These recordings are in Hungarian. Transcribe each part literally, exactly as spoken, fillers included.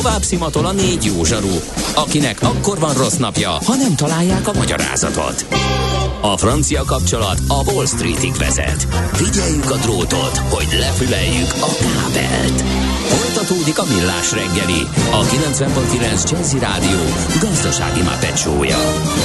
tovább szimatol a négy jó zsaru, akinek akkor van rossz napja, ha nem találják a magyarázatot. A francia kapcsolat a Wall Streetig vezet. Figyeljük a drótot, hogy lefüleljük a kábelt. Folytatódik a Millás reggeli, a kilencven pont kilenc Jazzy Rádió gazdasági mápecsója.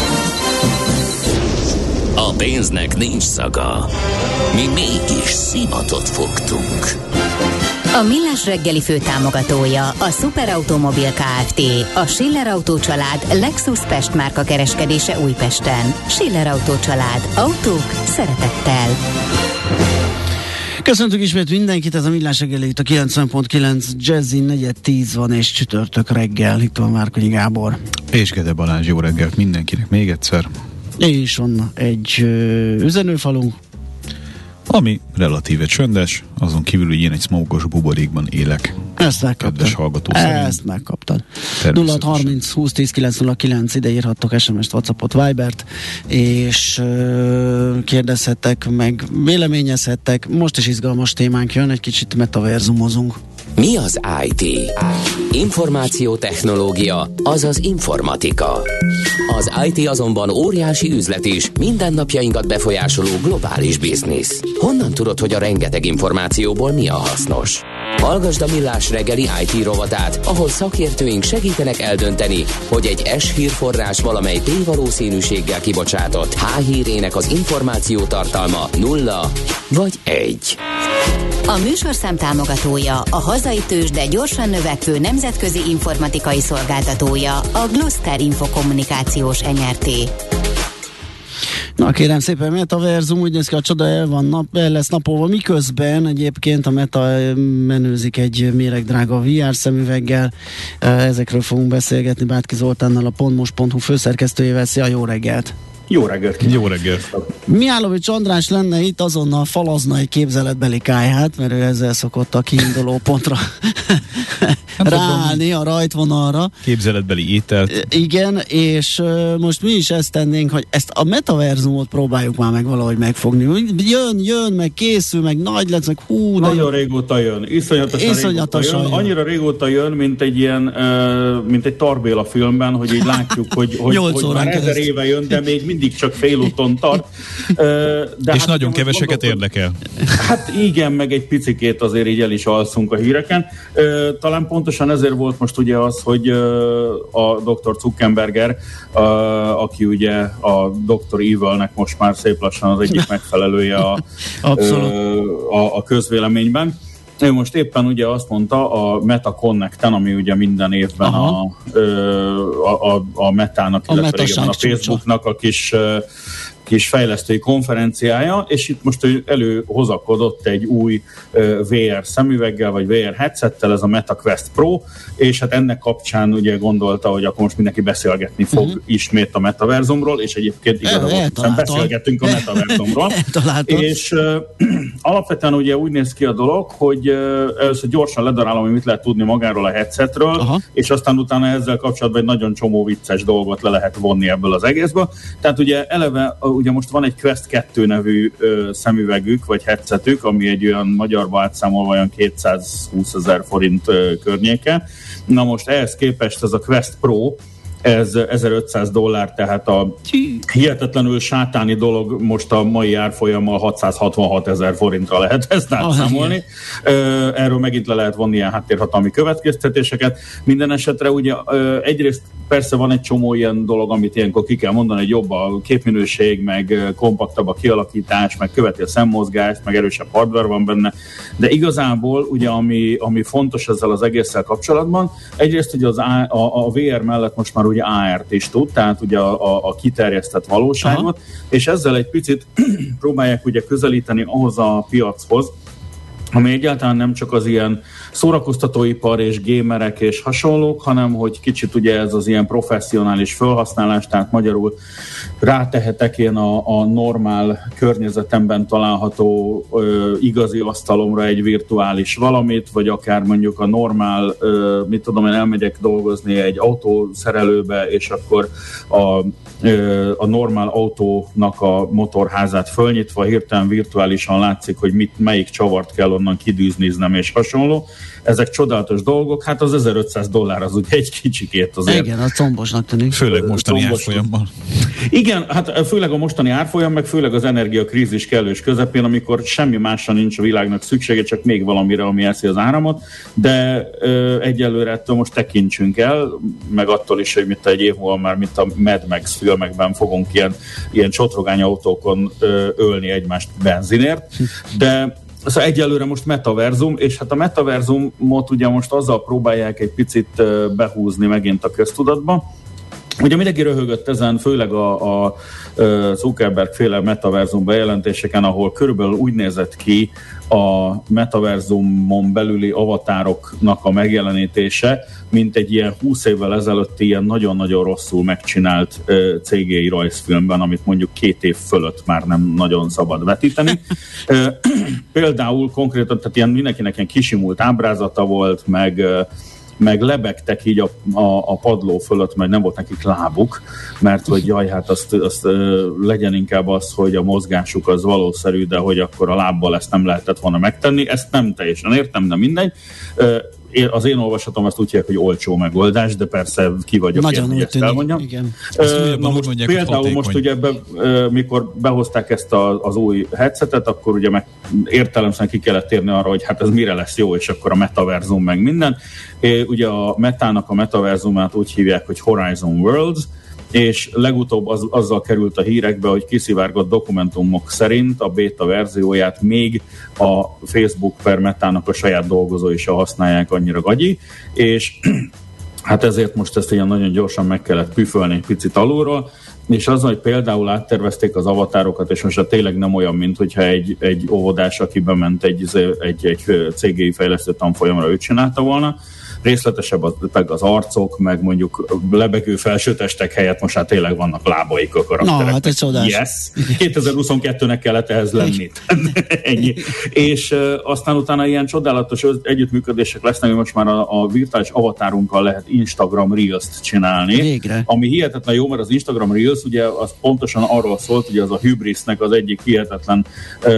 A pénznek nincs szaga. Mi mégis szimatot fogtunk. A Millás reggeli főtámogatója a Superautomobil Kft. A Schiller Autó család Lexus Pest márka kereskedése Újpesten. Schiller Autó család. Autók szeretettel. Köszöntök ismét mindenkit, ez a Millás reggeli itt a kilencven pont kilenc Jazzy, negyed tíz van és csütörtök reggel. Itt van Márkonyi Gábor. És Gede Balázs, jó reggelt mindenkinek még egyszer. És van egy ö, üzenőfalunk, ami relatíve csöndes, azon kívül, hogy én egy smókos buborékban élek. Ezt megkaptad. Kedves hallgató szerint. Ezt megkaptad. nulla harminc húsz tíz kilenc nulla kilenc, ide írhattok es em es-t, WhatsAppot, Vibert, és ö, kérdezhettek, meg véleményezhettek. Most is izgalmas témánk jön, egy kicsit metaverzumozunk. Mi az i té? Információtechnológia, azaz informatika. Az i té azonban óriási üzlet is, mindennapjainkat befolyásoló globális biznisz. Honnan tudod, hogy a rengeteg információból mi a hasznos? Hallgasd a Millás reggeli i té rovatát, ahol szakértőink segítenek eldönteni, hogy egy S-hírforrás valamely P-valószínűséggel kibocsátott H-hírének az információ tartalma nulla vagy egy. A műsorszám támogatója, a hazai tőzsde gyorsan növekvő nemzetközi informatikai szolgáltatója, a Gloster Infokommunikációs en er té. Na kérem szépen, metaverzum, úgy néz ki, a csoda el, van nap, el lesz napolva, miközben egyébként a Meta menőzik egy méregdrága vé er szemüveggel. Ezekről fogunk beszélgetni Bátki Zoltánnal, a pontmos pont hu főszerkesztőjével. Szia, jó reggelt! Jó reggelt! Jó reggelt! Mihálovics András lenne itt, azonnal falazna egy képzeletbeli kályhát, mert ő ezzel szokott a kiinduló pontra ráállni, a rajtvonalra. Képzeletbeli ételt. Igen, és uh, most mi is ezt tennénk, hogy ezt a metaverzumot próbáljuk már meg valahogy megfogni. Jön, jön, meg készül, meg nagy lesz, meg hú. Nagyon jó. régóta jön, iszonyatosan, iszonyatosan régóta jön. jön. Annyira régóta jön, mint egy ilyen, uh, mint egy Tarbéla filmben, hogy így látjuk, hogy, hogy, hogy már ezer éve jön, de még mindig csak félúton tart. Uh, de és hát nagyon keveseket gondolom, érdekel. Hát igen, meg egy picikét azért így el is alszunk a híreken. Uh, talán pontosan ezért volt most ugye az, hogy uh, a doktor Zuckerberger, uh, aki ugye a doktor Evil-nek most már szép lassan az egyik megfelelője a, uh, a, a közvéleményben. Ő most éppen ugye azt mondta a Meta Connect-en, ami ugye minden évben a, a, a, a Metának, a illetve régen a Facebooknak a kis kis fejlesztői konferenciája, és itt most ő előhozakodott egy új uh, vé er szemüveggel, vagy vé er headsettel, ez a Meta Quest Pro, és hát ennek kapcsán ugye gondolta, hogy akkor most mindenki beszélgetni fog uh-huh. ismét a metaverzumról, és egyébként igazán volt, beszélgettünk a metaverzumról. És uh, alapvetően ugye úgy néz ki a dolog, hogy uh, először gyorsan ledarálom, hogy mit lehet tudni magáról a headsetről, uh-huh. és aztán utána ezzel kapcsolatban egy nagyon csomó vicces dolgot le lehet vonni ebből az egészből. Tehát ugye eleve ugye most van egy Quest kettő nevű ö, szemüvegük, vagy headsetük, ami egy olyan magyarba átszámolva olyan kétszázhúszezer forint ö, környéke. Na most ehhez képest ez a Quest Pro, ez ezerötszáz dollár, tehát a hihetetlenül sátáni dolog most a mai árfolyammal hatszázhatvanhat ezer forintra lehet ezt átszámolni. Oh, erről megint le lehet vonni ilyen háttérhatalmi következtetéseket. Minden esetre ugye egyrészt persze van egy csomó ilyen dolog, amit ilyenkor ki kell mondani, hogy jobb a képminőség, meg kompaktabb a kialakítás, meg követi a szemmozgást, meg erősebb hardware van benne, de igazából ugye ami, ami fontos ezzel az egésszel kapcsolatban, egyrészt ugye az a, a, a vé er mellett most már ugye á er-t is tud, tehát ugye a, a, a kiterjesztett valóságot, aha. és ezzel egy picit próbálják ugye közelíteni ahhoz a piachoz, ami egyáltalán nem csak az ilyen szórakoztatóipar és gémerek és hasonlók, hanem hogy kicsit ugye ez az ilyen professzionális felhasználás, tehát magyarul rátehetek én a, a normál környezetemben található ö, igazi asztalomra egy virtuális valamit, vagy akár mondjuk a normál, ö, mit tudom én, elmegyek dolgozni egy autószerelőbe, és akkor a, ö, a normál autónak a motorházát fölnyitva hirtelen virtuálisan látszik, hogy mit, melyik csavart kell onnan onnan kidűzniznem és hasonló. Ezek csodálatos dolgok, hát az ezerötszáz dollár az ugye egy kicsikét azért. Igen, a combosnak tűnik. Főleg mostani árfolyamban. Igen, hát főleg a mostani árfolyam, meg főleg az energiakrízis kellős közepén, amikor semmi másra nincs a világnak szüksége, csak még valamire, ami eszi az áramot, de ö, egyelőre ettől most tekintsünk el, meg attól is, hogy mit egy év múlva már, mint a Mad Max filmekben fogunk ilyen, ilyen csotrogányautókon ö, ölni egymást benzinért, de szóval egyelőre most metaverzum, és hát a metaverzumot ugye most azzal próbálják egy picit behúzni megint a köztudatba. Ugye mindenki röhögött ezen, főleg a, a Zuckerberg féle metaverzum bejelentéseken, ahol körülbelül úgy nézett ki a metaverzumon belüli avatároknak a megjelenítése, mint egy ilyen húsz évvel ezelőtti ilyen nagyon-nagyon rosszul megcsinált uh, cé gé i rajzfilmben, amit mondjuk két év fölött már nem nagyon szabad vetíteni. uh, például konkrétan, tehát ilyen mindenkinek ilyen kisimult ábrázata volt, meg uh, meg lebegtek így a, a, a padló fölött, mert nem volt nekik lábuk, mert hogy jaj, hát azt, azt legyen inkább az, hogy a mozgásuk az valószerű, de hogy akkor a lábbal ezt nem lehetett volna megtenni. Ezt nem teljesen értem, de mindegy. Az én olvasatom azt úgy hívják, hogy olcsó megoldás, de persze ki vagyok nagyon én, hogy ezt elmondjam. Igen. Uh, na most mondják, például most ugye, be, uh, mikor behozták ezt a, az új headsetet, akkor ugye meg értelemszerűen ki kellett térni arra, hogy hát ez mire lesz jó, és akkor a metaverzum meg minden. É, ugye a Metának a metaverzumát úgy hívják, hogy Horizon Worlds, és legutóbb az, azzal került a hírekbe, hogy kiszivárgott dokumentumok szerint a beta verzióját még a Facebook per Metának a saját dolgozói is használják, annyira gagyi, és hát ezért most ezt ilyen nagyon gyorsan meg kellett püfölni egy picit alulról, és az, hogy például áttervezték az avatárokat, és most tényleg nem olyan, mint hogyha egy, egy óvodás, aki bement egy, egy, egy cé gé i fejlesztő tanfolyamra, ő csinálta volna, részletesebb az, meg az arcok, meg mondjuk lebegő felsőtestek helyett most már tényleg vannak lábaik a karaktereknek. Na, hát ez csodás. Yes. kétezer-huszonkettőnek kellett ehhez lenni. Ennyi. És uh, aztán utána ilyen csodálatos együttműködések lesznek, hogy most már a, a virtuális avatárunkkal lehet Instagram Reels-t csinálni. Végre. Ami hihetetlen jó, mert az Instagram Reels ugye az pontosan arról szólt, hogy az a Hybrisnek az egyik hihetetlen uh,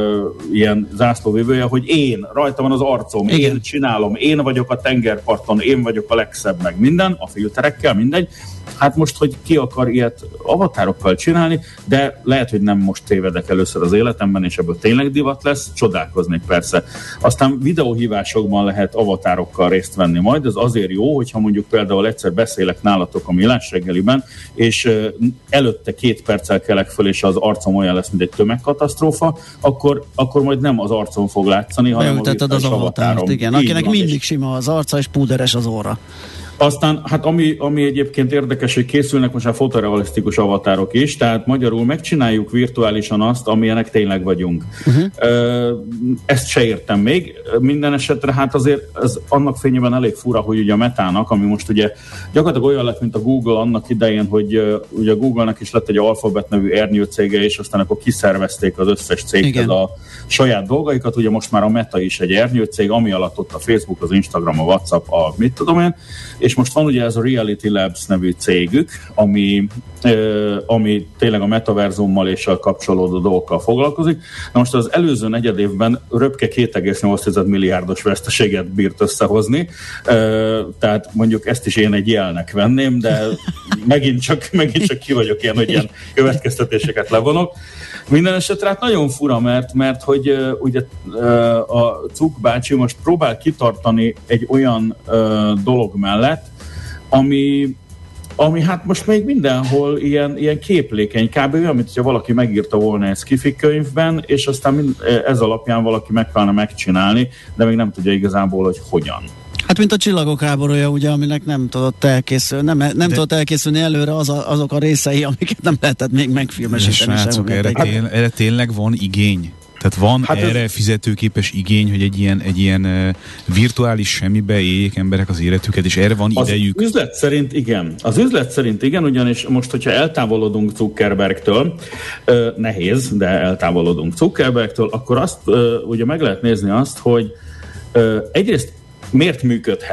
ilyen zászlóvivője, hogy én, rajta van az arcom, igen. Én csinálom, én vagyok a tengerparton, én vagyok a legszebb, meg minden, a filterekkel, mindegy. Hát most, hogy ki akar ilyet avatárokkal csinálni, de lehet, hogy nem most tévedek először az életemben, és ebből tényleg divat lesz, csodálkoznék persze. Aztán videóhívásokban lehet avatárokkal részt venni majd, ez azért jó, hogyha mondjuk például egyszer beszélek nálatok a Millás reggeliben, és uh, előtte két perccel kelek föl, és az arcom olyan lesz, mint egy tömegkatasztrófa, akkor, akkor majd nem az arcom fog látszani, hanem a az avatárt, igen, akinek van, mindig sima az arca, és púderes az óra. Aztán, hát ami, ami egyébként érdekes, hogy készülnek most már fotorealisztikus avatárok is, tehát magyarul megcsináljuk virtuálisan azt, amilyenek tényleg vagyunk. Uh-huh. Ezt se értem még. Minden esetre hát azért ez annak fényében elég fura, hogy ugye a Metának, ami most ugye gyakorlatilag olyan lett, mint a Google annak idején, hogy ugye a Google-nak is lett egy Alphabet nevű ernyő cége, és aztán akkor kiszervezték az összes céghez a saját dolgaikat. Ugye most már a Meta is egy ernyő cég, ami alatt ott a Facebook, az Instagram, a WhatsApp, a mit tudom én, és most van ugye ez a Reality Labs nevű cégük, ami, euh, ami tényleg a metaverzummal és a kapcsolódó dolgokkal foglalkozik. Na most az előző negyed évben röpke két egész nyolc milliárdos veszteséget bírt összehozni, euh, tehát mondjuk ezt is én egy jelnek venném, de megint csak, megint csak ki vagyok ilyen, hogy ilyen következtetéseket levonok. Minden esetre hát nagyon fura, mert, mert hogy uh, ugye uh, a Cuk bácsi most próbál kitartani egy olyan uh, dolog mellett, ami, ami hát most még mindenhol ilyen, ilyen képlékeny, kb. Olyan, mint hogyha valaki megírta volna egy sci-fi könyvben, és aztán mind, ez alapján valaki megpróbálna megcsinálni, de még nem tudja igazából, hogy hogyan. Hát mint a Csillagok háborúja, ugye, aminek nem tudott elkészülni, nem, nem tudott elkészülni előre az a, azok a részei, amiket nem lehetett még megfilmesíteni. Srácok, erre, tény, erre tényleg van igény? Tehát van hát erre ez... fizetőképes igény, hogy egy ilyen, egy ilyen uh, virtuális semmibe éljék emberek az életüket, és erre van az idejük? Az üzlet szerint igen. Az üzlet szerint igen, ugyanis most, hogyha eltávolodunk Zuckerbergtől, uh, nehéz, de eltávolodunk Zuckerbergtől, akkor azt uh, ugye meg lehet nézni azt, hogy uh, egyrészt miért működhet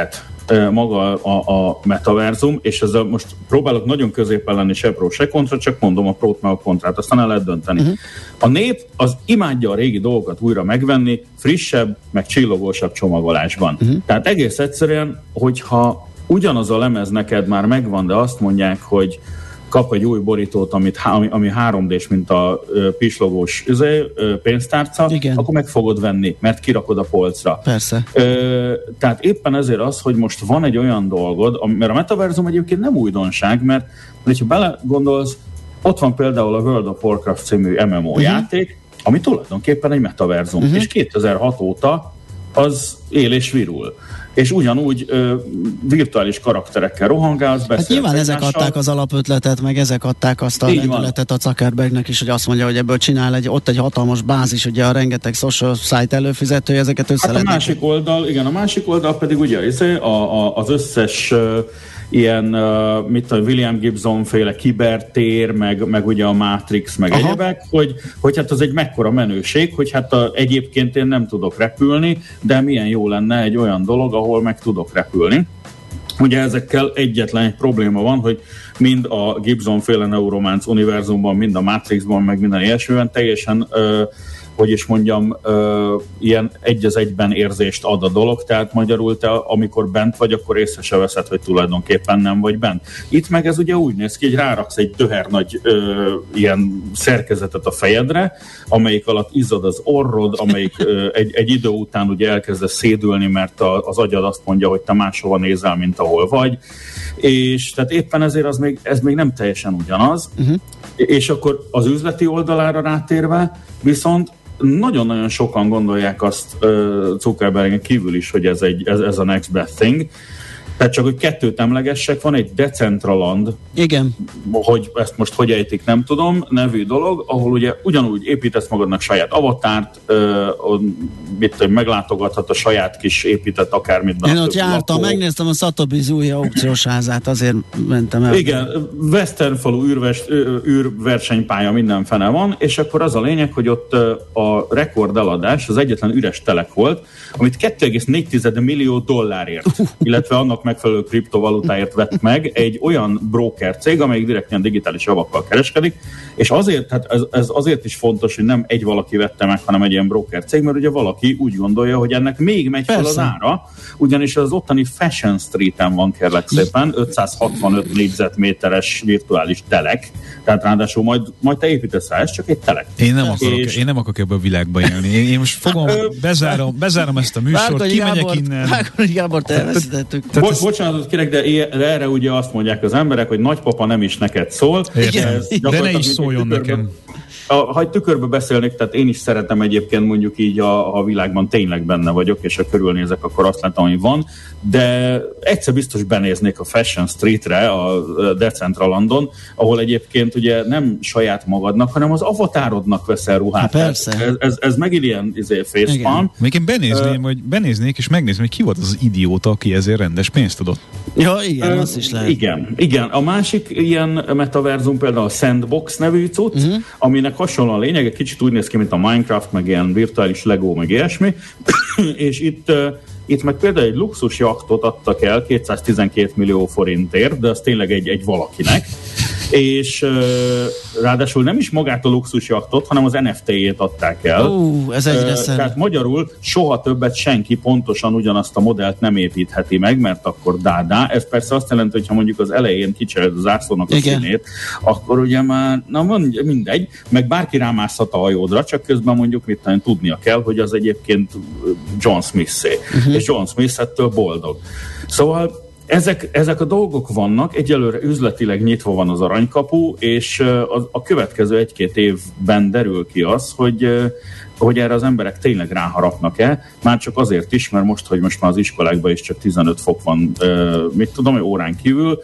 maga a, a metaverzum, és ezzel most próbálok nagyon középen lenni, se pro, se kontra, csak mondom a prót meg a kontrát, aztán el lehet dönteni. Uh-huh. A nép az imádja a régi dolgokat újra megvenni, frissebb, meg csillogósabb csomagolásban. Uh-huh. Tehát egész egyszerűen, hogyha ugyanaz a lemez neked már megvan, de azt mondják, hogy kap egy új borítót, amit, ami, ami három dés, mint a ö, pislogós üzé, ö, pénztárca, igen, akkor meg fogod venni, mert kirakod a polcra. Persze. Ö, tehát éppen ezért az, hogy most van egy olyan dolgod, mert a metaverzum egyébként nem újdonság, mert hogyha belegondolsz, ott van például a World of Warcraft című em em o uh-huh. játék, ami tulajdonképpen egy metaverzum, uh-huh. és kétezer-hat óta az él és virul. És ugyanúgy ö, virtuális karakterekkel rohangálsz, beszélsz. Hát nyilván ezek adták az alapötletet, meg ezek adták azt a lendületet a Zuckerbergnek is, hogy azt mondja, hogy ebből csinál egy, ott egy hatalmas bázis, ugye a rengeteg social site előfizetője, ezeket össze hát a másik oldal, igen, a másik oldal pedig ugye a, a, az összes uh, ilyen, uh, mit tudom, William Gibson féle kibertér, meg, meg ugye a Matrix, meg aha. egyebek, hogy, hogy hát az egy mekkora menőség, hogy hát a, egyébként én nem tudok repülni, de milyen jó lenne egy olyan dolog, ahol meg tudok repülni. Ugye ezekkel egyetlen egy probléma van, hogy mind a Gibson féle Neuromance univerzumban, mind a Matrixban, meg minden ilyesmiben teljesen uh, hogy is mondjam, ö, ilyen egy az egyben érzést ad a dolog, tehát magyarul te, amikor bent vagy, akkor észre se veszed, hogy tulajdonképpen nem vagy bent. Itt meg ez ugye úgy néz ki, hogy ráraksz egy döher nagy ö, ilyen szerkezetet a fejedre, amelyik alatt izzad az orrod, amelyik ö, egy, egy idő után ugye elkezdesz szédülni, mert a, az agyad azt mondja, hogy te máshova nézel, mint ahol vagy, és tehát éppen ezért az még, ez még nem teljesen ugyanaz, uh-huh. és akkor az üzleti oldalára rátérve, viszont nagyon-nagyon sokan gondolják azt uh, Zuckerbergen kívül is, hogy ez, egy, ez, ez a next best thing. Tehát csak, hogy kettőt emlegessek, van egy Decentraland, igen, hogy ezt most hogy ejtik, nem tudom, nevű dolog, ahol ugye ugyanúgy építesz magadnak saját avatárt, uh, mit tudom, meglátogathat a saját kis épített akármit. Én ott jártam, lakó. Megnéztem a Sotheby's új aukciós házát, azért mentem el. Igen, Westernfalu űrves, űrversenypálya minden fene van, és akkor az a lényeg, hogy ott a rekordeladás az egyetlen üres telek volt, amit kettő egész négy millió dollárért, illetve annak megfelelő kriptovalutáért vett meg egy olyan broker cég, amelyik direkt ilyen digitális javakkal kereskedik, és azért, hát ez, ez azért is fontos, hogy nem egy valaki vette meg, hanem egy ilyen broker cég, mert ugye valaki úgy gondolja, hogy ennek még megy fel az ára, ugyanis az ottani Fashion Streeten van, kérlek szépen, ötszázhatvanöt négyzetméteres virtuális telek, tehát ráadásul majd, majd te építesz rá, ez csak egy telek. Én nem akarok, és... én nem akarok ebben a világba élni. Én, én most fogom, bezárom, bezárom ezt a műsort, Várkonyi kimegyek Gábor, innen. Várkonyi Gábort elveszítettük. Bo- bocsánatot kérek, de erre ugye azt mondják az emberek, hogy nagypapa nem is neked szól. Igen, de ne is szóljon nekem. A, ha tükörbe beszélnék, tehát én is szeretem egyébként mondjuk így a, a világban tényleg benne vagyok, és ha körülnézek, akkor azt látom, hogy van, de egyszer biztos benéznék a Fashion Streetre, a Decentralandon, ahol egyébként ugye nem saját magadnak, hanem az avatárodnak veszel ruhát. Hát persze. Ez, ez, ez megint ilyen izé, facepalm. Még én benézném, uh, hogy benéznék és megnézném, hogy ki volt az, az idióta, aki ezért rendes pénzt adott. Ja, igen, uh, az is lehet. Igen, igen. A másik ilyen metaverzum például a Sandbox nevű cucc, uh-huh. aminek hasonló a lényeg, egy kicsit úgy néz ki, mint a Minecraft, meg ilyen virtuális Lego, meg ilyesmi, és itt, uh, itt meg például egy luxus jachtot adtak el kétszáztizenkét millió forintért, de az tényleg egy, egy valakinek, és uh, ráadásul nem is magát a luxus jachtot, hanem az en ef té-jét adták el. Uh, ez egyre uh, tehát magyarul soha többet senki pontosan ugyanazt a modellt nem építheti meg, mert akkor dádá. Ez persze azt jelenti, hogy ha mondjuk az elején kicsered az ászlónak a igen. színét, akkor ugye már, na mindegy, meg bárki rámászhat a hajódra, csak közben mondjuk mit tudom, tudnia kell, hogy az egyébként John Smith-szé. Uh-huh. És John Smith ettől boldog. Szóval Ezek, ezek a dolgok vannak, egyelőre üzletileg nyitva van az aranykapu, és a, a következő egy-két évben derül ki az, hogy, hogy erre az emberek tényleg ráharapnak-e, már csak azért is, mert most, hogy most már az iskolákban is csak tizenöt fok van, mit tudom, órán kívül,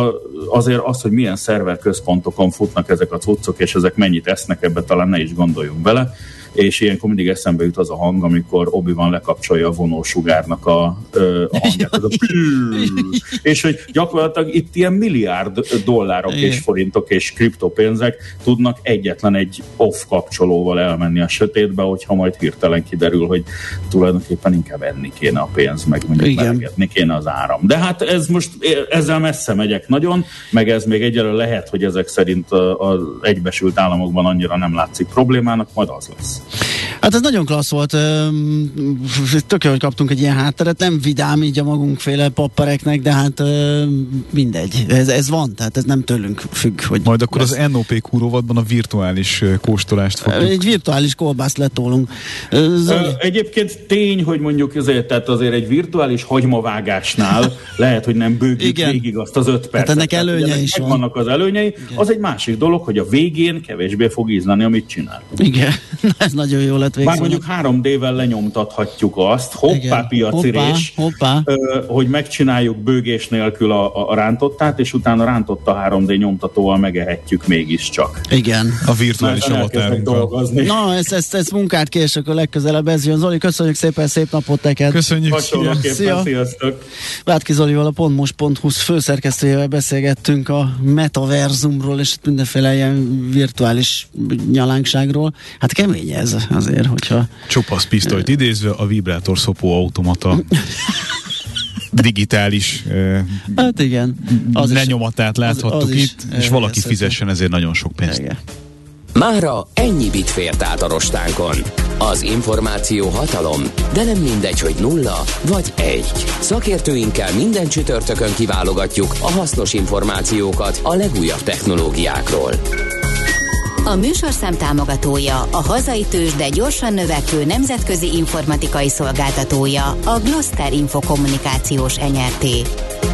azért az, hogy milyen szerverközpontokon futnak ezek a cuccok, és ezek mennyit esznek, ebbe talán ne is gondoljunk bele. és ilyenkor mindig eszembe jut az a hang, amikor Obi-Wan lekapcsolja a vonósugárnak a, a hangját, az a és hogy gyakorlatilag itt ilyen milliárd dollárok és forintok és kriptopénzek tudnak egyetlen egy off kapcsolóval elmenni a sötétbe, hogyha majd hirtelen kiderül, hogy tulajdonképpen inkább enni kéne a pénz, meg mondjuk melegetni kéne az áram. De hát ez most, ezzel messze megyek nagyon, meg ez még egyelőre lehet, hogy ezek szerint az Egyesült Államokban annyira nem látszik problémának, majd az lesz. Hát ez nagyon klassz volt. Tök jó, hogy kaptunk egy ilyen hátteret. Nem vidám így a magunkféle pappereknek, de hát mindegy. Ez, ez van, tehát ez nem tőlünk függ. Hogy majd akkor lesz. Az en o pé kú rovatban a virtuális kóstolást fogjuk. Egy virtuális kolbászt letolunk. Zoli? Egyébként tény, hogy mondjuk azért, tehát azért egy virtuális hagymavágásnál lehet, hogy nem bőgjük végig azt az öt percet. Hát ennek előnye is van. Vannak az előnyei. Igen. Az egy másik dolog, hogy a végén kevésbé fog ízlani, amit csinál. Igen, ez nagyon jó lett végül. Bár mondjuk három dé-vel lenyomtathatjuk azt, hoppá piacirés, hoppá, hoppá. hogy megcsináljuk bőgés nélkül a, a rántottát, és utána rántotta három dé nyomtatóval megehetjük mégiscsak. Igen. A virtuális avatárunkra. Na, ez, ez, ez munkát kér, és akkor legközelebb ez jön. Zoli, köszönjük szépen, szép napot neked. Köszönjük. Szia. Sziasztok. Vátki Zolival, a pontmos pont hu főszerkesztőjével beszélgettünk a metaverzumról, és mindenféle ilyen virtuális nyalánkságról. Hát kemény ez azért, hogyha... Csupasz pisztolyt idézve, a vibrátor szopó automata digitális hát igen, az lenyomatát láthattuk az, az itt, is, és valaki fizessen ezért nagyon sok pénzt. Igen. Mára ennyi bit fért át a rostánkon. Az információ hatalom, de nem mindegy, hogy nulla vagy egy. Szakértőinkkel minden csütörtökön kiválogatjuk a hasznos információkat a legújabb technológiákról. A műsorszám támogatója, a hazai tőzsde gyorsan növekvő nemzetközi informatikai szolgáltatója, a Gloster Infokommunikációs Enyerté.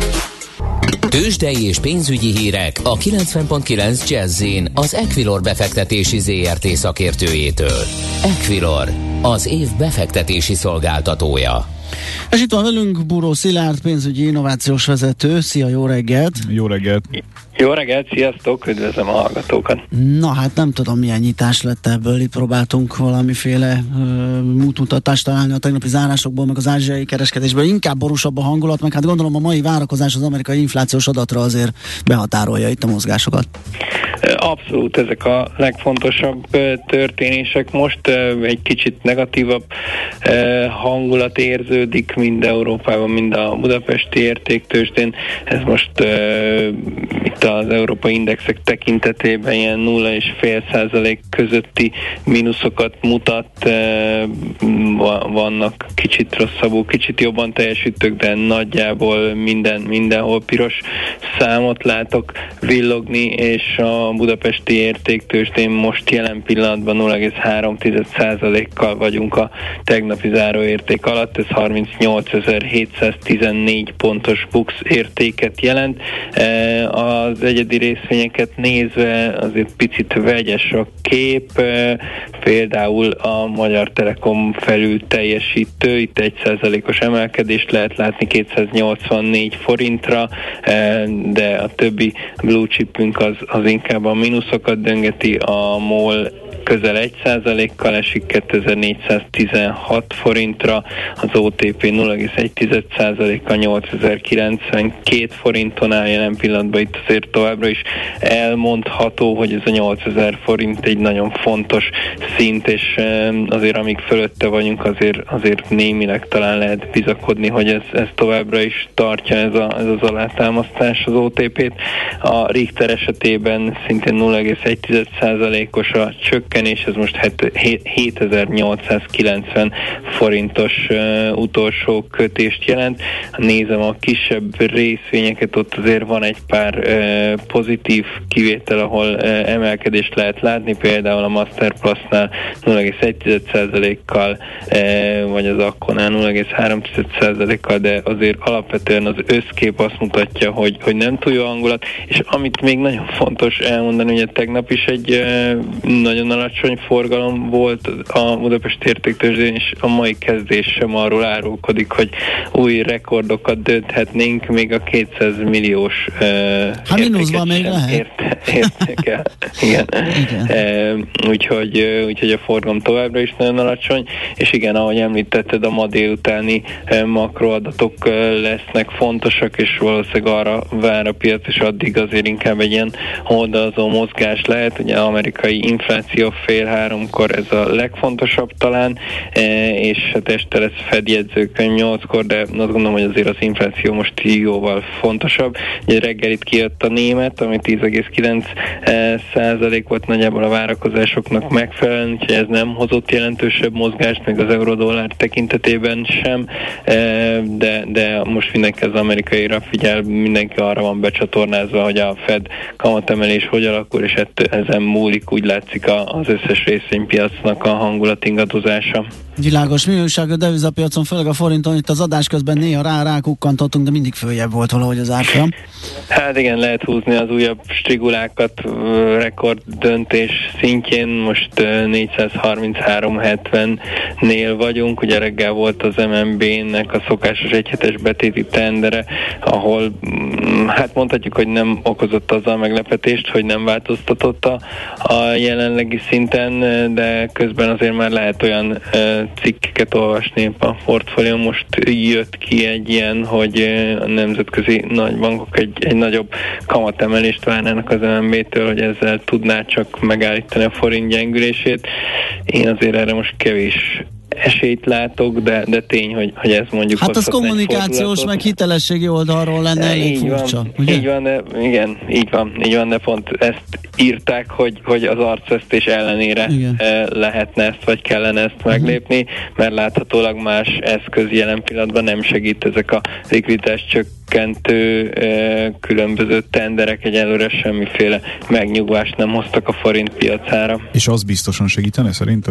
Tőzsdei és pénzügyi hírek a kilencven pont kilenc Jazz-in az Equilor befektetési zé er té szakértőjétől. Equilor, az év befektetési szolgáltatója. És itt van velünk Buró Szilárd, pénzügyi innovációs vezető. Szia, jó reggelt! Jó reggelt! Jó reggelt, sziasztok, üdvözlöm a hallgatókat! Na hát nem tudom, milyen nyitás lett ebből, itt próbáltunk valamiféle uh, útmutatást találni a tegnapi zárásokból, meg az ázsiai kereskedésből, inkább borúsabb a hangulat, meg hát gondolom a mai várakozás az amerikai inflációs adatra azért behatárolja itt a mozgásokat. Abszolút, ezek a legfontosabb történések. Most egy kicsit negatívabb hangulat érződik mind Európában, mind a budapesti értéktőzsdén. Ez most itt az európai indexek tekintetében ilyen nulla egész öt százalék közötti mínuszokat mutat. Vannak kicsit rosszabbul, kicsit jobban teljesítők, de nagyjából minden, mindenhol piros számot látok villogni, és a a budapesti értéktőzsdén most jelen pillanatban nulla egész három százalékkal vagyunk a tegnapi záróérték alatt, ez harmincnyolcezer-hétszáztizennégy pontos BUX értéket jelent. Az egyedi részvényeket nézve azért picit vegyes a kép, például a Magyar Telekom felül teljesítő, itt egy százalékos emelkedést lehet látni kétszáznyolcvannégy forintra, de a többi blue chipünk az, az inkább a mínuszokat döngeti, a MOL közel egy százalékkal esik kétezer-négyszáztizenhat forintra, az o té pé nulla egész egy százalékkal nyolcezer-kilencvenkét forinton áll jelen pillanatban. Itt azért továbbra is elmondható, hogy ez a nyolcezer forint egy nagyon fontos szint, és azért amíg fölötte vagyunk, azért, azért némileg talán lehet bizakodni, hogy ez, ez továbbra is tartja ez, a, ez az alátámasztás az o té pét. A Richter esetében szintén nulla egész egy százalékos a csökkentés, ez most hétezer-nyolcszázkilencven forintos uh, utolsó kötést jelent. Nézem a kisebb részvényeket, ott azért van egy pár uh, pozitív kivétel, ahol uh, emelkedést lehet látni, például a Masterplastnál nulla egész egy százalékkal, uh, vagy az Akkonál nulla egész három százalékkal, de azért alapvetően az összkép azt mutatja, hogy, hogy nem túl jó hangulat, és amit még nagyon fontos elmondani, elmondani, hogy tegnap is egy nagyon alacsony forgalom volt a Budapesti Értéktőzsdén, és a mai kezdés sem arról árulkodik, hogy új rekordokat dönthetnénk, még a kétszáz milliós hát mínuszban még lehet. Ért, értékel. Igen. igen. E, úgyhogy, úgyhogy a forgalom továbbra is nagyon alacsony, és igen, ahogy említetted, a ma délutáni makroadatok lesznek fontosak, és valószínűleg arra vár a piac, és addig azért inkább egy ilyen oldalazó mozgás lehet. Ugye amerikai infláció fél háromkor ez a legfontosabb talán, és hát este lesz Fed jegyzőkönyv nyolckor, de azt gondolom, hogy azért az infláció most jóval fontosabb. Ugye reggel itt kijött a német, ami tíz egész kilenc százalék volt nagyjából a várakozásoknak megfelelően, úgyhogy ez nem hozott jelentősebb mozgást, még az euró-dollár tekintetében sem, de, de most mindenki az amerikaira figyel, mindenki arra van becsatornázva, hogy a Fed kamatemelés hogy alakul, és ezen múlik, úgy látszik az összes részvénypiacnak a hangulat ingadozása. Világos, mi újság a devizapiacon, főleg a forinton, itt az adás közben néha rá rákukkantottunk, de mindig följebb volt valahogy az árfolyam. Hát igen, lehet húzni az újabb strigulákat rekord döntés szintjén, most négyszázharminchárom hetvennél vagyunk, ugye reggel volt az em en bé-nek a szokásos egyhetes betéti tendere, ahol hát mondhatjuk, hogy nem okozott azzal meglepetést, hogy nem változtatott a, a jelenlegi szinten, de közben azért már lehet olyan cikkeket olvasni a portfólió. Most jött ki egy ilyen, hogy a nemzetközi nagybankok egy, egy nagyobb kamatemelést várnának az em en bé-től, hogy ezzel tudná csak megállítani a forint gyengülését. Én azért erre most kevés esélyt látok, de, de tény, hogy, hogy ez mondjuk... Hát az kommunikációs, meg hitelességi oldalról lenne elég így furcsa. Van, ugye? Így van, de igen, így van, így van, de pont ezt írták, hogy, hogy az arcvesztés ellenére igen. lehetne ezt, vagy kellene ezt uh-huh. meglépni, mert láthatólag más eszköz jelen pillanatban nem segít, ezek a likviditás csökkentő különböző tenderek egyelőre semmiféle megnyugvást nem hoztak a forint piacára. És az biztosan segítene szerinted?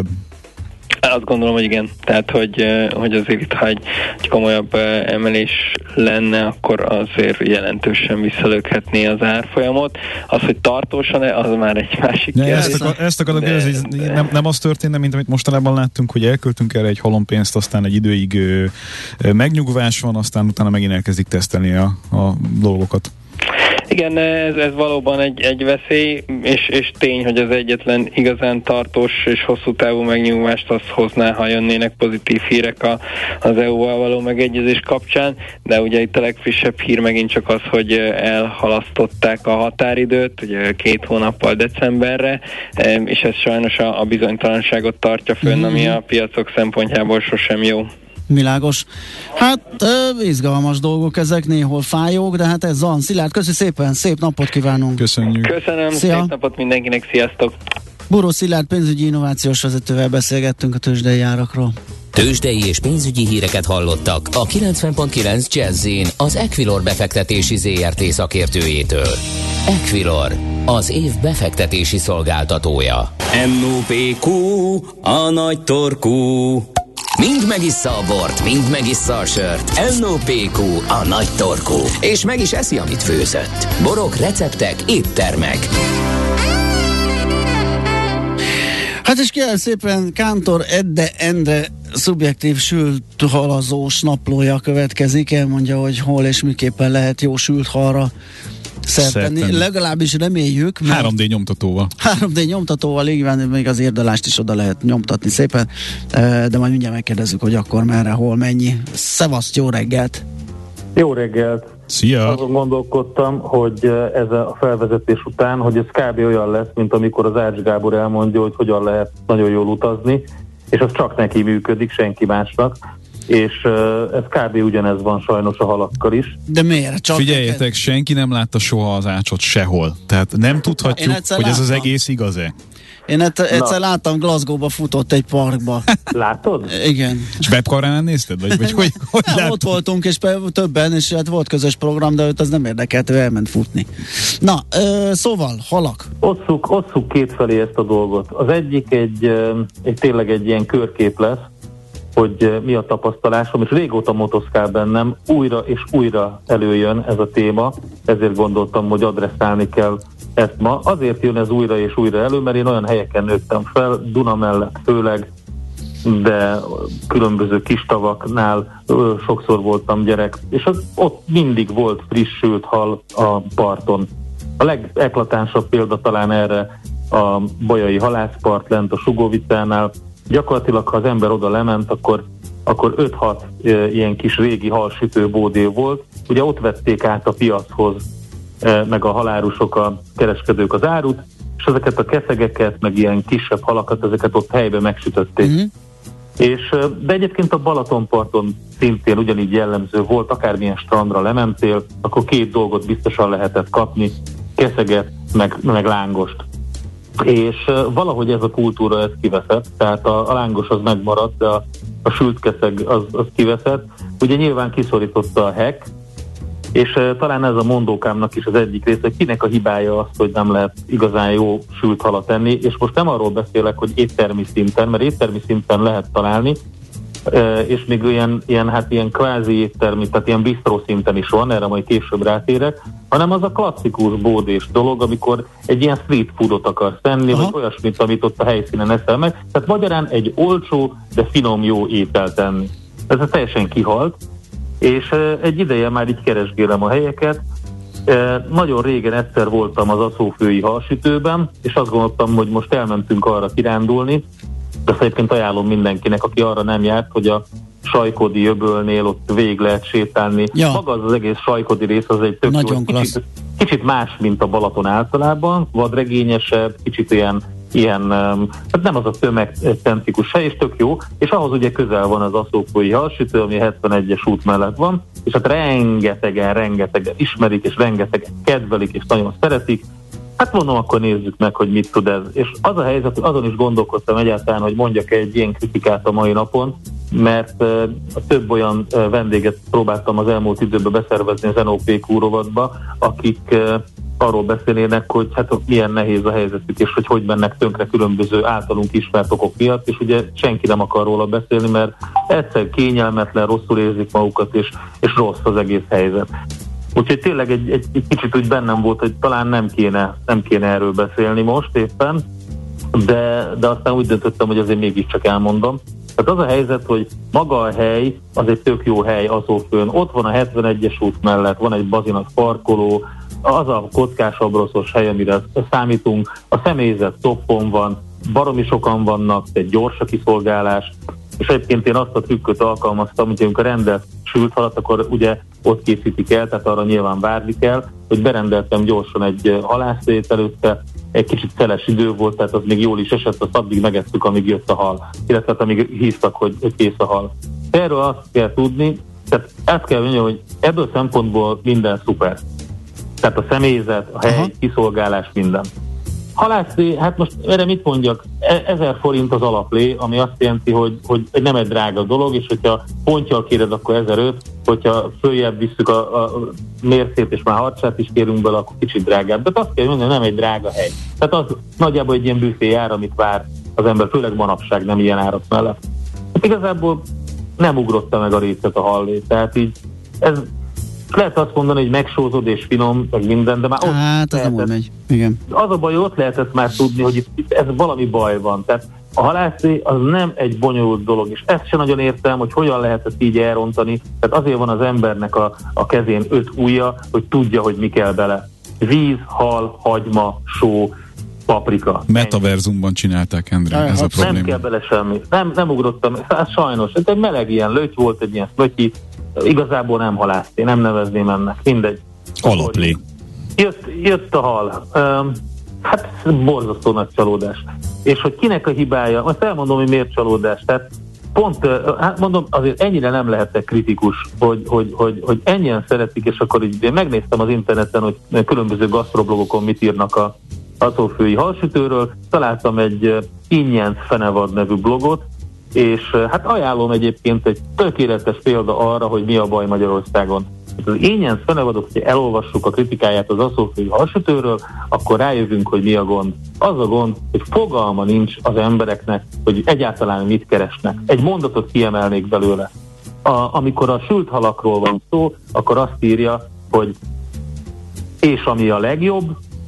Azt gondolom, hogy igen. Tehát, hogy, hogy azért itt, ha egy, egy komolyabb emelés lenne, akkor azért jelentősen visszalökhetné az árfolyamot. Az, hogy tartósan-e, az már egy másik kérdés. Ezt, akar, ezt akarod kérdezni, hogy nem, nem az történne, mint amit mostanában láttunk, hogy elköltünk erre egy halompénzt, aztán egy időig ö, ö, megnyugvás van, aztán utána megint elkezdik tesztelni a, a dolgokat. Igen, ez, ez valóban egy, egy veszély, és, és tény, hogy az egyetlen igazán tartós és hosszú távú megnyugvást azt hozná, ha jönnének pozitív hírek a, az é u-val való megegyezés kapcsán, de ugye itt a legfrissebb hír megint csak az, hogy elhalasztották a határidőt, ugye két hónappal decemberre, és ez sajnos a, a bizonytalanságot tartja fönn, ami a piacok szempontjából sosem jó. Világos. Hát ö, izgalmas dolgok ezek, néhol fájók, de hát ez van. Szilárd, köszi szépen, szép napot kívánunk. Köszönjük. Köszönöm, Szia. Szép napot mindenkinek, sziasztok. Búró Szilárd pénzügyi innovációs vezetővel beszélgettünk a tőzsdei árakról. Tőzsdei és pénzügyi híreket hallottak a kilencven pont kilenc Jazz-in az Equilor befektetési zé er té szakértőjétől. Equilor, az év befektetési szolgáltatója. em o pé kú, a nagy torkú. Mind megissza a bort, mind megissza a sört. em o pé kú, a nagy torkú. És meg is eszi, amit főzött. Borok, receptek, éttermek. Hát és kérem szépen, Kántor Edde Endre szubjektív sült halazós naplója következik. Elmondja, hogy hol és miképpen lehet jó sült halra szertenni. Legalábbis reméljük. három dé nyomtatóval. három dé nyomtatóval, igen, még az érdelást is oda lehet nyomtatni szépen, de majd mindjárt megkérdezzük, hogy akkor merre, hol, mennyi. Szevaszt, jó reggelt! Jó reggelt! Szia! Azon gondolkodtam, hogy ez a felvezetés után, hogy ez kb. Olyan lesz, mint amikor az Ács Gábor elmondja, hogy hogyan lehet nagyon jól utazni, és az csak neki működik, senki másnak. És uh, ez kb. Ugyanez van sajnos a halakkal is. De miért? Csak Figyeljetek, neked? Senki nem látta soha az Ácsot sehol. Tehát nem tudhatjuk, hogy láttam. Ez az egész igaz-e. Én egyszer láttam, Glasgow-ba futott egy parkba. Látod? Igen. És webkamerán nézted? Vagy, vagy hogy, hogy nem, ott voltunk, és többen, és hát volt közös program, de őt az nem érdekelt, ő elment futni. Na, ö, szóval, halak. Osszuk, osszuk kétfelé ezt a dolgot. Az egyik egy, egy tényleg egy ilyen körkép lesz, hogy mi a tapasztalásom, és régóta motoszkál bennem, újra és újra előjön ez a téma, ezért gondoltam, hogy adresszálni kell ezt ma. Azért jön ez újra és újra elő, mert én olyan helyeken nőttem fel, Duna mellett főleg, de különböző kis tavaknál ö, sokszor voltam gyerek, és az, ott mindig volt frissült hal a parton. A legeklatánsabb példa talán erre a Bajai halászpart lent a Sugovicánál. Gyakorlatilag, ha az ember oda lement, akkor, akkor öt-hat e, ilyen kis régi halsütőbódé volt. Ugye ott vették át a piachoz, e, meg a halárusok, a kereskedők az árut, és ezeket a keszegeket, meg ilyen kisebb halakat, ezeket ott helyben megsütötték. Mm-hmm. És, de egyébként a Balatonparton szintén ugyanígy jellemző volt, akármilyen strandra lementél, akkor két dolgot biztosan lehetett kapni, keszeget, meg, meg lángost. És valahogy ez a kultúra ez kiveszett, tehát a, a lángos az megmaradt, de a, a sült keszeg az, az kiveszett. Ugye nyilván kiszorította a hek, és uh, talán ez a mondókámnak is az egyik része, hogy kinek a hibája az, hogy nem lehet igazán jó sült halat enni, és most nem arról beszélek, hogy éttermi szinten, mert éttermi szinten lehet találni, uh, és még ilyen, ilyen, hát ilyen kvázi éttermi, tehát ilyen bistró szinten is van, erre majd később rátérek, hanem az a klasszikus bódés dolog, amikor egy ilyen street foodot akarsz enni, aha, vagy olyasmit, amit ott a helyszínen eszel meg, tehát magyarán egy olcsó, de finom jó ételt enni. Ez teljesen kihalt, és egy ideje már így keresgélem a helyeket. Nagyon régen egyszer voltam az Aszófői halsütőben, és azt gondoltam, hogy most elmentünk arra kirándulni, de egyébként ajánlom mindenkinek, aki arra nem járt, hogy a Sajkodi öbölnél ott végig lehet sétálni. Ja. Maga az, az egész Sajkodi rész az egy tök jó, kicsit, kicsit más, mint a Balaton általában, vadregényesebb, kicsit ilyen ilyen, hát nem az a tömegcentrikus hely, és tök jó, és ahhoz ugye közel van az Aszófői halsütő, ami a hetvenegyes út mellett van, és hát rengetegen, rengetegen ismerik, és rengetegen kedvelik, és nagyon szeretik. Hát mondom, akkor nézzük meg, hogy mit tud ez. És az a helyzet, hogy azon is gondolkodtam egyáltalán, hogy mondjak egy ilyen kritikát a mai napon, mert uh, több olyan uh, vendéget próbáltam az elmúlt időben beszervezni az en o pé kú rovatba, akik uh, arról beszélnének, hogy hát milyen nehéz a helyzetük, és hogy hogy mennek tönkre különböző általunk ismert okok miatt, és ugye senki nem akar róla beszélni, mert egyszer kényelmetlen, rosszul érzik magukat, és, és rossz az egész helyzet. Úgyhogy tényleg egy, egy, egy kicsit úgy bennem volt, hogy talán nem kéne, nem kéne erről beszélni most éppen, de, de aztán úgy döntöttem, hogy azért mégiscsak elmondom. Tehát az a helyzet, hogy maga a hely, az egy tök jó hely Aszófőn, ott van a hetvenegyes út mellett, van egy bazinas parkoló, az a kockás abroszos hely, amire számítunk, a személyzet toppon van, baromi sokan vannak, egy gyors a kiszolgálás, és egyébként én azt a trükköt alkalmaztam, hogy amikor rendelt sült halat, akkor ugye ott készítik el, tehát arra nyilván várni kell, hogy berendeltem gyorsan egy halászét előtte, egy kicsit szeles idő volt, tehát az még jól is esett, azt addig megettük, amíg jött a hal, illetve amíg hívtak, hogy kész a hal. Erről azt kell tudni, tehát ezt kell mondani, hogy ebből szempontból minden szuper. Tehát a személyzet, a hely, aha, kiszolgálás, minden. Halászlé, hát most erre mit mondjak? Ezer forint az alaplé, ami azt jelenti, hogy, hogy nem egy drága dolog, és hogyha pontjal kéred, akkor ezeröt, hogyha följebb visszük a, a mércét, és már harcsát is kérünk bele, akkor kicsit drágább. De azt kell mondani, hogy nem egy drága hely. Tehát az nagyjából egy ilyen büfé jár, amit vár az ember, főleg manapság nem ilyen árak mellett. Hát igazából nem ugrotta meg a részlet a hallé. Tehát így ez lehet azt mondani, hogy megsózod és finom, meg minden, de már ott hát, az lehetett, megy. Igen. Az a baj, ott lehetett már tudni, hogy itt, itt ez valami baj van. Tehát a halászé az nem egy bonyolult dolog, és ezt sem nagyon értem, hogy hogyan lehet ezt így elrontani. Tehát azért van az embernek a, a kezén öt ujja, hogy tudja, hogy mi kell bele. Víz, hal, hagyma, só, paprika. Metaverzumban csinálták, Endre, nem, ez a probléma. Nem kell bele semmi. Nem, nem ugrottam. Hát sajnos. Ez egy meleg ilyen löty volt, egy ilyen szlötyi. Igazából nem halászté, nem nevezném ennek. Mindegy. Alaplé. Jött, jött a hal. Um, hát borzasztó nagy csalódás. És hogy kinek a hibája, most elmondom, hogy miért csalódás. Tehát pont, hát mondom, azért ennyire nem lehetek kritikus, hogy, hogy, hogy, hogy ennyien szeretik, és akkor így én megnéztem az interneten, hogy különböző gasztroblogokon mit írnak a Aszófői halsütőről, találtam egy Ingyenc Fenevad nevű blogot, és hát ajánlom egyébként egy tökéletes példa arra, hogy mi a baj Magyarországon. Az Ingyenc Fenevadot, hogyha elolvassuk a kritikáját az Aszófői halsütőről, akkor rájövünk, hogy mi a gond. Az a gond, hogy fogalma nincs az embereknek, hogy egyáltalán mit keresnek. Egy mondatot kiemelnék belőle. A, amikor a sült halakról van szó, akkor azt írja, hogy és ami a legjobb,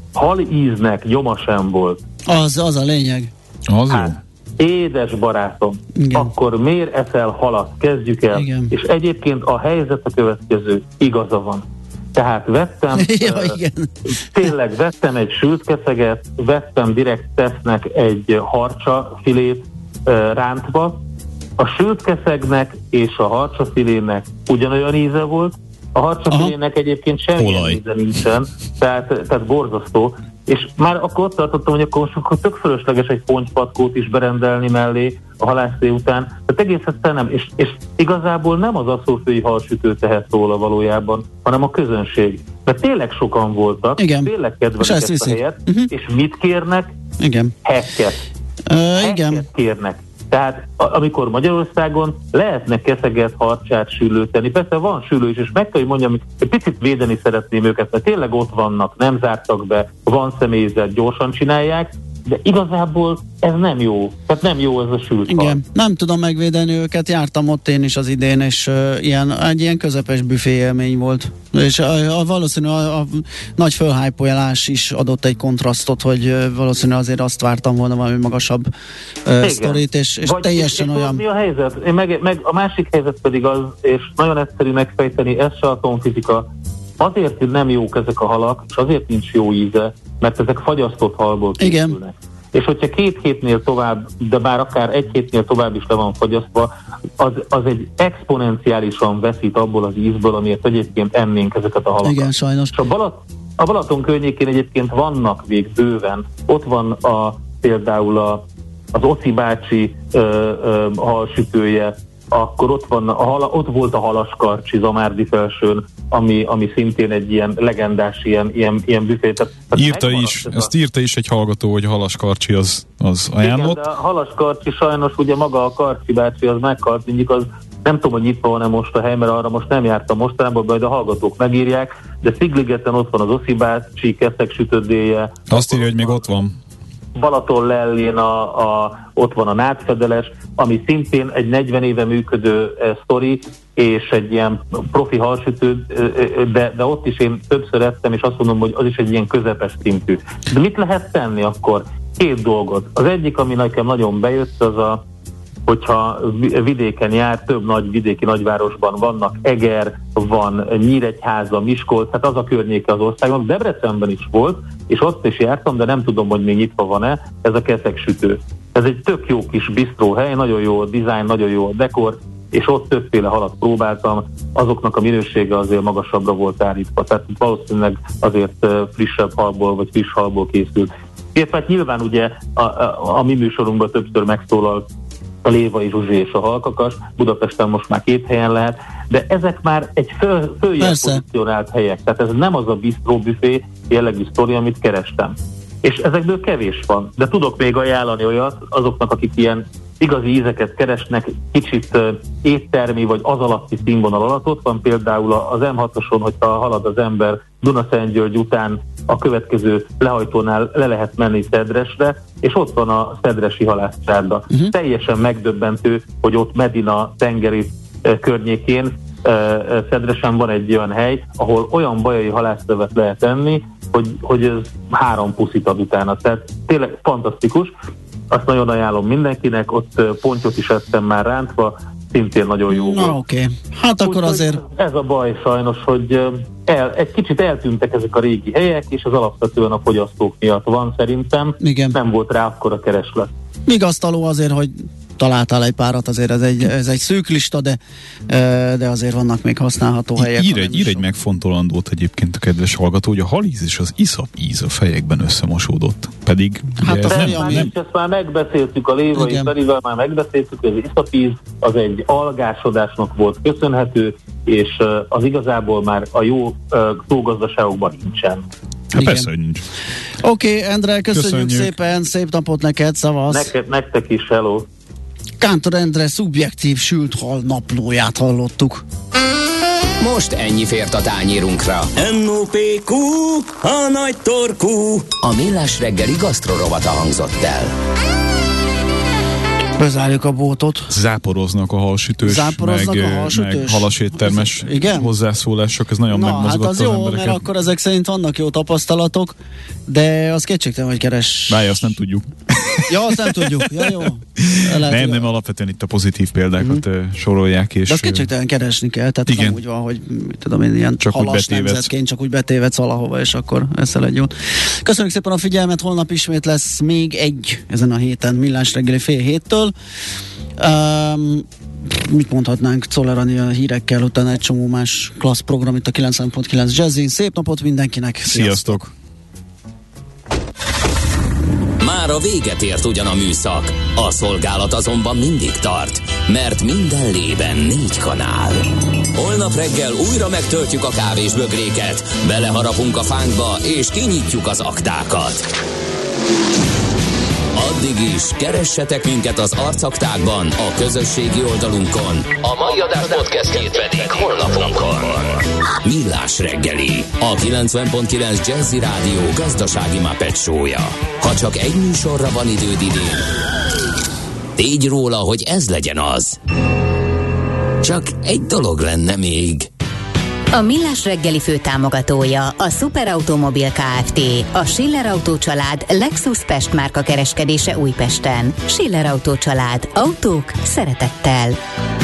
hal íznek nyoma sem volt. Az, az a lényeg. Az hát, édes barátom, igen. Akkor miért eszel halat? Kezdjük el. Igen. És egyébként a helyzet a következő, igaza van. Tehát vettem, ja, uh, igen. tényleg vettem egy sült keszeget, vettem direkt tesznek egy harcsa filét uh, rántva. A sült keszegnek és a harcsa filének ugyanolyan íze volt, a harcsa filének egyébként semmilyen íze nincsen, tehát, tehát borzasztó. És már akkor ott tartottam, hogy akkor, akkor tök fölösleges egy pontypatkót is berendelni mellé a halászlé után. Tehát egész egyszerűen nem. És, és igazából nem az asszófői halsütő tehet róla valójában, hanem a közönség. Mert tényleg sokan voltak, igen. Tényleg kedvelik ezt, ezt a helyet, uh-huh. És mit kérnek? Igen. Hekket. Uh, Hekket igen. kérnek. Tehát amikor Magyarországon lehetne keszeget, harcsát süllőteni, persze van süllő is, és meg kell, hogy mondjam, egy picit védeni szeretném őket, mert tényleg ott vannak, nem zártak be, van személyzet, gyorsan csinálják, de igazából ez nem jó. Tehát nem jó ez a sült hal. Igen, nem tudom megvédeni őket, jártam ott én is az idén, és uh, ilyen, egy ilyen közepes büfé élmény volt. És a, a, valószínű a, a nagy fölhájpolás is adott egy kontrasztot, hogy uh, valószínű azért azt vártam volna valami magasabb uh, sztorit, és, és Vagy, teljesen és, és olyan... Mi a helyzet? Én meg, meg a másik helyzet pedig az, és nagyon egyszerű megfejteni, ez se atomfizika, azért nem jók ezek a halak, és azért nincs jó íze, mert ezek fagyasztott halból készülnek. Igen. És hogyha két hétnél tovább, de bár akár egy hétnél tovább is le van fagyasztva, az, az egy exponenciálisan veszít abból az ízből, amiért egyébként ennénk ezeket a halakat. Igen, sajnos. És a, Balat, a Balaton környékén egyébként vannak még bőven. Ott van a, például a, az Oszi bácsi ö, ö, halsütője, akkor ott, van a hala, ott volt a Halaskarcsi Zamárdi Felsőn, ami, ami szintén egy ilyen legendás ilyen, ilyen, ilyen büfé. Tehát, írta is, ezt a... írta is egy hallgató, hogy a Halaskarcsi az, az ajánlott. Igen, de a Halaskarcsi sajnos ugye maga a Karcsi bácsi az meghalt, mindig az nem tudom, hogy nyitva van-e most a hely, mert arra most nem jártam mostanában, majd a hallgatók megírják, de Szigligeten ott van az Oszi bácsi keszeg sütödéje. Azt írja, hogy még ott van. Balaton lellén a, a, ott van a nádfedeles, ami szintén egy negyven éve működő e, sztori, és egy ilyen profi halsütő, e, de, de ott is én többször ettem, és azt mondom, hogy az is egy ilyen közepes szintű. De mit lehet tenni akkor? Két dolgot. Az egyik, ami nekem nagyon bejött, az a, hogyha vidéken jár, több nagy vidéki nagyvárosban vannak, Eger, van Nyíregyháza, Miskolc, hát az a környéke az országnak, Debrecenben is volt, és ott is jártam, de nem tudom, hogy még nyitva van-e, ez a keszegsütő. Ez egy tök jó kis bistró hely, nagyon jó a dizájn, nagyon jó a dekor, és ott többféle halat próbáltam, azoknak a minősége azért magasabbra volt állítva, tehát valószínűleg azért frissebb halból, vagy friss halból készült. Illetve hát nyilván ugye a, a, a mi műsorunkban többször megszólal a Lévai Zsuzsi és a Halkakas, Budapesten most már két helyen lehet, de ezek már egy föl, följebb pozícionált helyek, tehát ez nem az a bistró büfé jellegű sztori, amit kerestem. És ezekből kevés van, de tudok még ajánlani olyat azoknak, akik ilyen igazi ízeket keresnek, kicsit uh, éttermi vagy az alatti színvonal alatt. Ott van például az em hatoson, hogyha halad az ember Dunaszentgyörgy után, a következő lehajtónál le lehet menni Szedresre, és ott van a szedresi halászcsárda. Uh-huh. Teljesen megdöbbentő, hogy ott Medina tengeri uh, környékén uh, Szedresen van egy olyan hely, ahol olyan bajai halászlevet lehet enni, hogy, hogy ez három puszit ad utána. Tehát tényleg fantasztikus. Azt nagyon ajánlom mindenkinek, ott pontyot is ettem már rántva, szintén nagyon jó Na, volt. oké. Okay. Hát akkor úgy, azért... Ez a baj sajnos, hogy el, egy kicsit eltűntek ezek a régi helyek, és az alapvetően a fogyasztók miatt van szerintem. Igen. Nem volt rá akkora kereslet. Vigasztaló azért, hogy találtál egy párat, azért ez egy, ez egy szűk lista, de, de azért vannak még használható helyek. Ír egy, ír egy megfontolandót egyébként a kedves hallgató, hogy a halíz és az iszap íz a fejekben összemosódott. Pedig hát ez nem, nem, már, nem... Ezt már megbeszéltük a Lévai Ferivel, már megbeszéltük, hogy az iszapíz az egy algásodásnak volt köszönhető, és az igazából már a jó szógazdaságokban nincsen. Hát persze, hogy nincs. Oké, okay, Endre, köszönjük, köszönjük szépen, szép napot neked, szavasz! Neked, nektek is, hello! Kántor Endre szubjektív sült hal naplóját hallottuk. Most ennyi fért a tányérunkra. em o pé kú, a nagy torkú. A Millás reggeli gasztrorovata hangzott el. Bezárjuk a bótot. Záporoznak a halsütős, Záporoznak meg, a halsütős. meg halaséttermes hozzászólások, ez nagyon Na, megmozgatta hát az az jó, embereket. mert akkor ezek szerint vannak jó tapasztalatok, de az kétségtelen, hogy keres. Várj, azt nem tudjuk. Ja, azt nem tudjuk. Ja, jó. Lehet, nem, hogy nem, alapvetően itt a pozitív példákat mm. sorolják. És de azt kétségtelen keresni kell, tehát igen. nem úgy van, hogy mit tudom én, ilyen csak halas nemzetként, csak úgy betévedsz valahova, és akkor eszel egy jót. Köszönjük szépen a figyelmet, holnap ismét lesz még egy ezen a héten Millás reggeli fél héttől. Um, mit mondhatnánk, Czollerani a hírekkel, utána egy csomó más klassz program itt a kilencven pont kilenc Jazzin. Szép napot mindenkinek! Sziasztok! Már a véget ért ugyan a műszak, a szolgálat azonban mindig tart, mert minden lében négy kanál. Holnap reggel újra megtöltjük a kávésbögréket, beleharapunk a fánkba és kinyitjuk az aktákat. Addig is keressetek minket az arcaktákban, a közösségi oldalunkon. A mai adás podcastjét pedig holnapunkon. Millás reggeli, a kilencven pont kilenc Jazzy Rádió gazdasági Muppet show-ja. Ha csak egy műsorra van időd idén, tégy róla, hogy ez legyen az. Csak egy dolog lenne még. A Millás reggeli főtámogatója a Superautomobil Kft. A Schiller Autó család Lexus Pest márka kereskedése Újpesten. Schiller Autó család. Autók szeretettel.